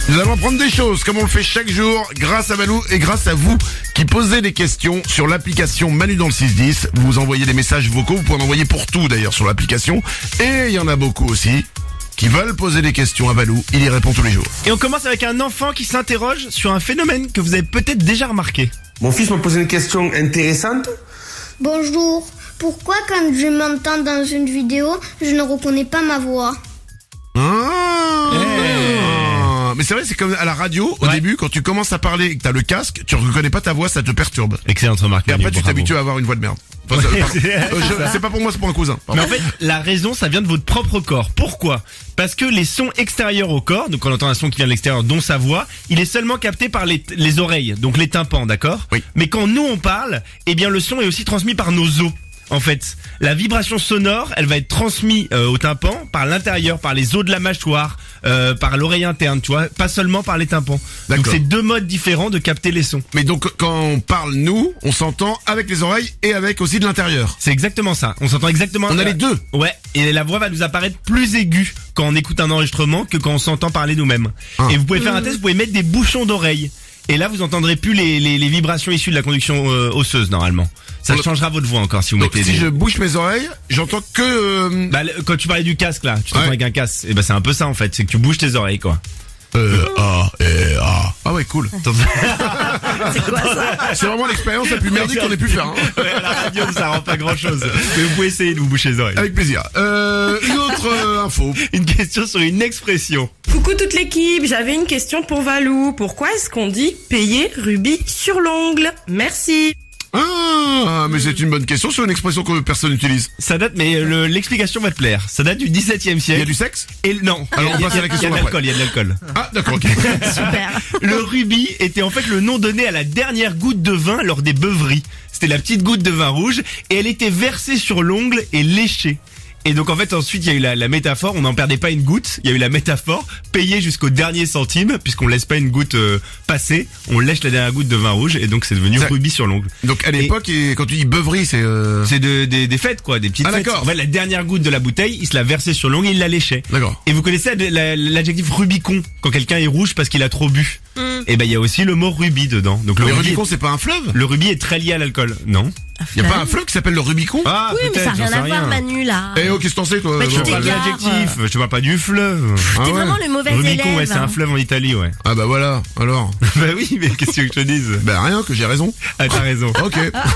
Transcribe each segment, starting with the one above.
Nous allons apprendre des choses, comme on le fait chaque jour, grâce à Valou et grâce à vous qui posez des questions sur l'application Manu dans le 610. Vous envoyez des messages vocaux, vous pouvez en envoyer pour tout d'ailleurs sur l'application. Et il y en a beaucoup aussi qui veulent poser des questions à Valou. Il y répond tous les jours. Et on commence avec un enfant qui s'interroge sur un phénomène que vous avez peut-être déjà remarqué. Mon fils m'a posé une question intéressante. Bonjour, pourquoi quand je m'entends dans une vidéo, je ne reconnais pas ma voix? Mais c'est vrai, c'est comme à la radio, au début, quand tu commences à parler et que t'as le casque, tu reconnais pas ta voix, ça te perturbe. Excellente remarque. Et après, Manu, tu bravo. t'habitues à avoir une voix de merde. Enfin, c'est pas pour moi, c'est pour un cousin. Mais en fait, la raison, ça vient de votre propre corps. Pourquoi? Parce que les sons extérieurs au corps, donc quand on entend un son qui vient de l'extérieur, dont sa voix, il est seulement capté par les oreilles, donc les tympans, d'accord? Oui. Mais quand nous on parle, eh bien le son est aussi transmis par nos os. En fait, la vibration sonore, elle va être transmise au tympan par l'intérieur, par les os de la mâchoire, par l'oreille interne, tu vois, pas seulement par les tympans. Donc D'accord. c'est deux modes différents de capter les sons. Mais donc, quand on parle, nous, on s'entend avec les oreilles et avec aussi de l'intérieur. C'est exactement ça. On s'entend exactement. On a les deux. Ouais. Et la voix va nous apparaître plus aiguë quand on écoute un enregistrement que quand on s'entend parler nous-mêmes. Ah. Et vous pouvez faire un test, vous pouvez mettre des bouchons d'oreilles. Et là, vous entendrez plus les vibrations issues de la conduction osseuse, normalement. Ça changera votre voix encore si vous Donc, mettez si des... je bouche mes oreilles, j'entends que... Bah, quand tu parlais du casque, là, tu t'entends Ouais. avec un casque. Et bah, c'est un peu ça, en fait. C'est que tu bouges tes oreilles, quoi. Ah ouais, cool. C'est quoi ça? C'est vraiment l'expérience la plus merdique qu'on ait pu faire. Hein. Ouais, à la radio, ça rend pas grand chose. Mais vous pouvez essayer de vous boucher les oreilles. Avec plaisir. Une autre info. Une question sur une expression. Coucou toute l'équipe, j'avais une question pour Valou. Pourquoi est-ce qu'on dit payer rubis sur l'ongle? Merci. Ah, mais c'est une bonne question sur une expression que personne n'utilise. Ça date, mais l'explication va te plaire. Ça date du 17e Il y a siècle. du sexe? Et non. Alors, on passe à la question Il y a de d'après. l'alcool, il y a de l'alcool. Ah, d'accord, ok. Super. Le rubis était en fait le nom donné à la dernière goutte de vin lors des beuveries. C'était la petite goutte de vin rouge et elle était versée sur l'ongle et léchée. Et donc en fait ensuite il y a eu la métaphore, on n'en perdait pas une goutte, il y a eu la métaphore, payer jusqu'au dernier centime, puisqu'on laisse pas une goutte passer, on lèche la dernière goutte de vin rouge et donc c'est devenu Ça- rubis sur l'ongle. Donc, à l'époque, et quand tu dis beuverie, c'est... C'est des fêtes quoi, des petites Ah, fêtes. d'accord. En fait la dernière goutte de la bouteille, il se la versait sur l'ongle et il la léchait. D'accord. Et vous connaissez l'adjectif Rubicon, quand quelqu'un est rouge parce qu'il a trop bu. Et ben il y a aussi le mot rubis dedans. Donc le Mais rubis, Rubicon, c'est pas un fleuve? le rubis est très lié à l'alcool, non? Y a pas un fleuve qui s'appelle le Rubicon? Ah, Oui, mais ça n'a peut-être, j'en rien sais à voir, rien. Manu, là. Eh oh, qu'est-ce que t'en sais, toi? Mais tu Je te parle de t'égares. l'adjectif, je te parle pas du fleuve. Ah T'es ouais. vraiment le mauvais Rubicon, élève. ouais, c'est un fleuve en Italie, ouais. Ah bah voilà, alors. Bah oui, mais qu'est-ce que je te dise? Bah rien, que j'ai raison. Ah, t'as raison. Ok.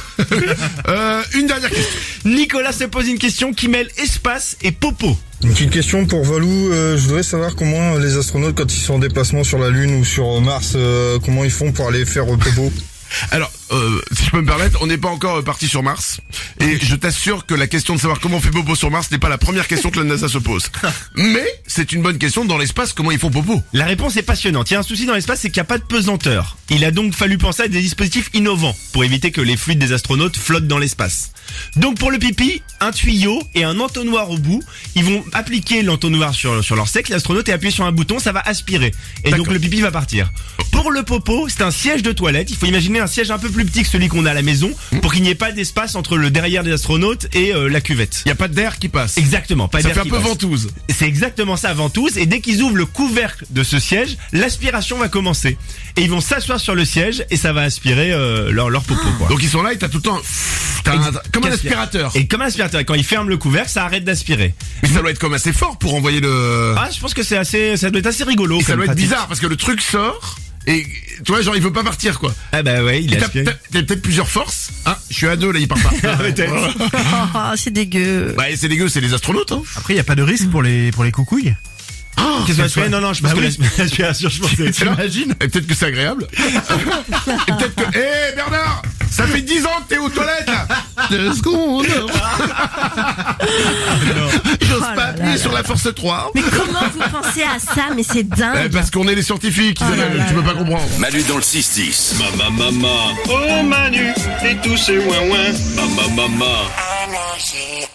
Une dernière question. Nicolas se pose une question qui mêle espace et popo. Une petite question pour Valou, je voudrais savoir comment les astronautes quand ils sont en déplacement sur la Lune ou sur Mars, comment ils font pour aller faire popo. Alors, si je peux me permettre, on n'est pas encore parti sur Mars. Et je t'assure que la question de savoir comment on fait popo sur Mars n'est pas la première question que la NASA se pose. Mais c'est une bonne question dans l'espace, comment ils font popo. La réponse est passionnante. Il y a un souci dans l'espace, c'est qu'il n'y a pas de pesanteur. Il a donc fallu penser à des dispositifs innovants pour éviter que les fluides des astronautes flottent dans l'espace. Donc pour le pipi, un tuyau et un entonnoir au bout. Ils vont appliquer l'entonnoir sur leur sexe, l'astronaute est appuyé sur un bouton, ça va aspirer. Et donc D'accord. le pipi va partir. Pour le popo, c'est un siège de toilette. Il faut imaginer un siège un peu plus petit que celui qu'on a à la maison pour qu'il n'y ait pas d'espace entre le derrière des astronautes et la cuvette. Il y a pas d'air qui passe. Exactement, pas Ça d'air fait un qui peu passe. ventouse. C'est exactement ça, ventouse. Et dès qu'ils ouvrent le couvercle de ce siège, l'aspiration va commencer. Et ils vont s'asseoir sur le siège et ça va aspirer leur popo, quoi. Donc ils sont là et t'as tout le temps... comme un aspirateur. Et comme un aspirateur. Et quand ils ferment le couvercle, ça arrête d'aspirer. Mais ça doit être comme assez fort pour envoyer le... Ah, je pense que ça doit être assez rigolo. Et ça comme doit être pratique. bizarre parce que le truc sort et tu vois genre il veut pas partir quoi. Ah bah ouais, il Et a t'as aspiré. peut-être plusieurs forces. Ah, je suis à deux là, il part pas. Peut-être. Oh, c'est dégueu. Bah c'est dégueu, c'est les astronautes hein. Après, il n'y a pas de risque pour les coucouilles. Qu'est-ce que ça fait? Non, non, je pense Bah que oui. l'aspiration, je pense que T'imagines? Et peut-être que c'est agréable. Et peut-être que... Hé Bernard, ça fait 10 ans que t'es aux toilettes là. 2 secondes. J'ose Oh pas là appuyer là sur la force 3. Mais comment vous pensez à ça? Mais c'est dingue. Parce qu'on est les scientifiques, Oh là Isabelle, là tu peux là pas comprendre. Manu dans le 6-10. Oh Manu, et tous ces ouin-ouin. Maman. Énergie.